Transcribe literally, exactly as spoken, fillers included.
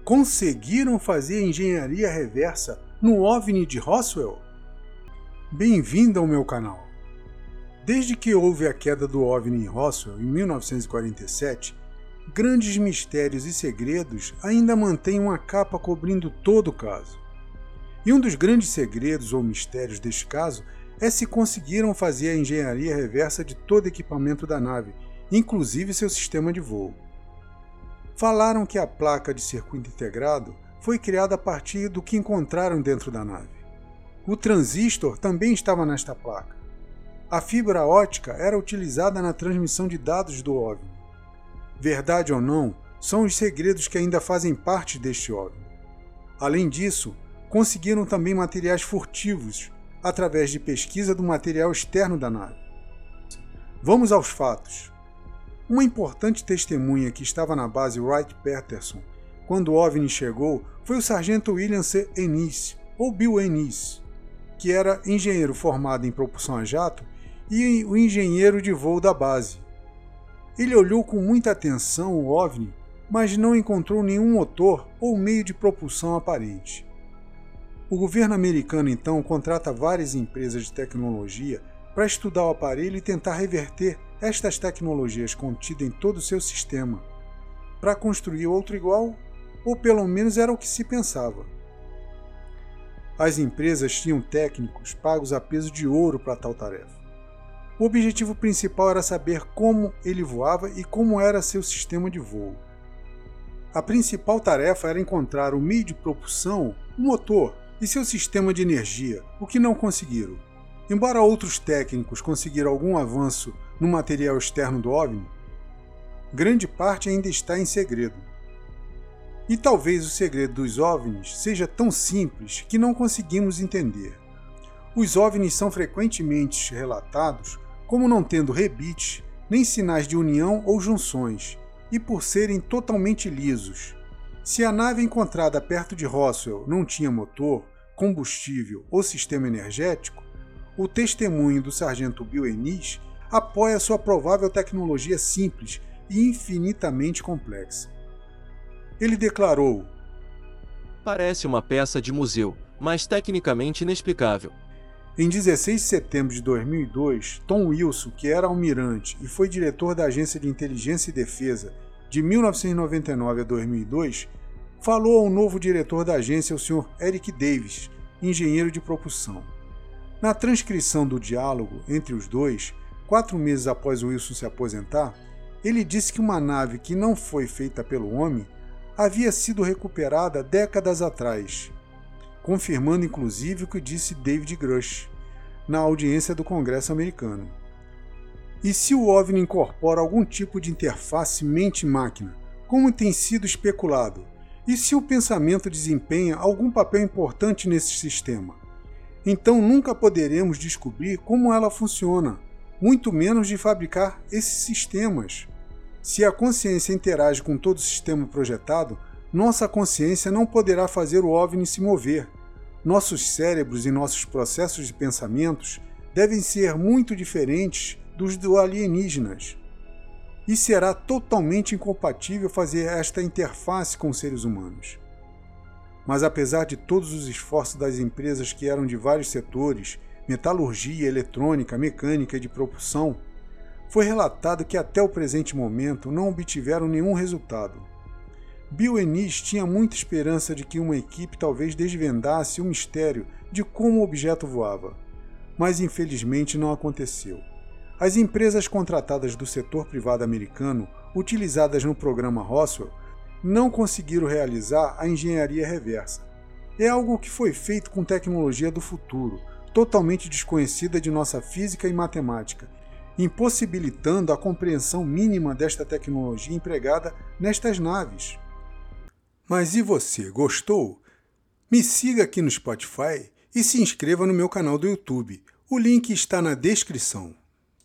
Conseguiram fazer engenharia reversa no OVNI de Roswell? Bem-vindo ao meu canal! Desde que houve a queda do OVNI em Roswell em mil novecentos e quarenta e sete, grandes mistérios e segredos ainda mantêm uma capa cobrindo todo o caso. E um dos grandes segredos ou mistérios deste caso é se conseguiram fazer a engenharia reversa de todo o equipamento da nave, inclusive seu sistema de voo. Falaram que a placa de circuito integrado foi criada a partir do que encontraram dentro da nave. O transistor também estava nesta placa. A fibra ótica era utilizada na transmissão de dados do OVNI. Verdade ou não, são os segredos que ainda fazem parte deste OVNI. Além disso, conseguiram também materiais furtivos através de pesquisa do material externo da nave. Vamos aos fatos. Uma importante testemunha que estava na base Wright-Patterson quando o OVNI chegou foi o sargento William C. Ennis, ou Bill Ennis, que era engenheiro formado em propulsão a jato e o engenheiro de voo da base. Ele olhou com muita atenção o OVNI, mas não encontrou nenhum motor ou meio de propulsão aparente. O governo americano então contrata várias empresas de tecnologia para estudar o aparelho e tentar reverter estas tecnologias contidas em todo o seu sistema, para construir outro igual, ou pelo menos era o que se pensava. As empresas tinham técnicos pagos a peso de ouro para tal tarefa. O objetivo principal era saber como ele voava e como era seu sistema de voo. A principal tarefa era encontrar o meio de propulsão, o motor e seu sistema de energia, o que não conseguiram. Embora outros técnicos conseguiram algum avanço no material externo do OVNI, grande parte ainda está em segredo. E talvez o segredo dos OVNIs seja tão simples que não conseguimos entender. Os OVNIs são frequentemente relatados como não tendo rebites, nem sinais de união ou junções, e por serem totalmente lisos. Se a nave encontrada perto de Roswell não tinha motor, combustível ou sistema energético, o testemunho do sargento Bill Ennis apoia sua provável tecnologia simples e infinitamente complexa. Ele declarou: "Parece uma peça de museu, mas tecnicamente inexplicável." Em dezesseis de setembro de dois mil e dois, Tom Wilson, que era almirante e foi diretor da Agência de Inteligência e Defesa de mil novecentos e noventa e nove a dois mil e dois, falou ao novo diretor da agência, o senhor Eric Davis, engenheiro de propulsão. Na transcrição do diálogo entre os dois, quatro meses após Wilson se aposentar, ele disse que uma nave que não foi feita pelo homem havia sido recuperada décadas atrás, confirmando inclusive o que disse David Grush na audiência do Congresso americano. E se o OVNI incorpora algum tipo de interface mente-máquina, como tem sido especulado? E se o pensamento desempenha algum papel importante nesse sistema? Então nunca poderemos descobrir como ela funciona, muito menos de fabricar esses sistemas. Se a consciência interage com todo o sistema projetado, nossa consciência não poderá fazer o OVNI se mover. Nossos cérebros e nossos processos de pensamentos devem ser muito diferentes dos do alienígenas. E será totalmente incompatível fazer esta interface com os seres humanos. Mas apesar de todos os esforços das empresas que eram de vários setores, metalurgia, eletrônica, mecânica e de propulsão, foi relatado que até o presente momento não obtiveram nenhum resultado. Bill Ennis tinha muita esperança de que uma equipe talvez desvendasse o mistério de como o objeto voava, mas infelizmente não aconteceu. As empresas contratadas do setor privado americano, utilizadas no programa Roswell, não conseguiram realizar a engenharia reversa. É algo que foi feito com tecnologia do futuro, totalmente desconhecida de nossa física e matemática, impossibilitando a compreensão mínima desta tecnologia empregada nestas naves. Mas e você, gostou? Me siga aqui no Spotify e se inscreva no meu canal do YouTube. O link está na descrição.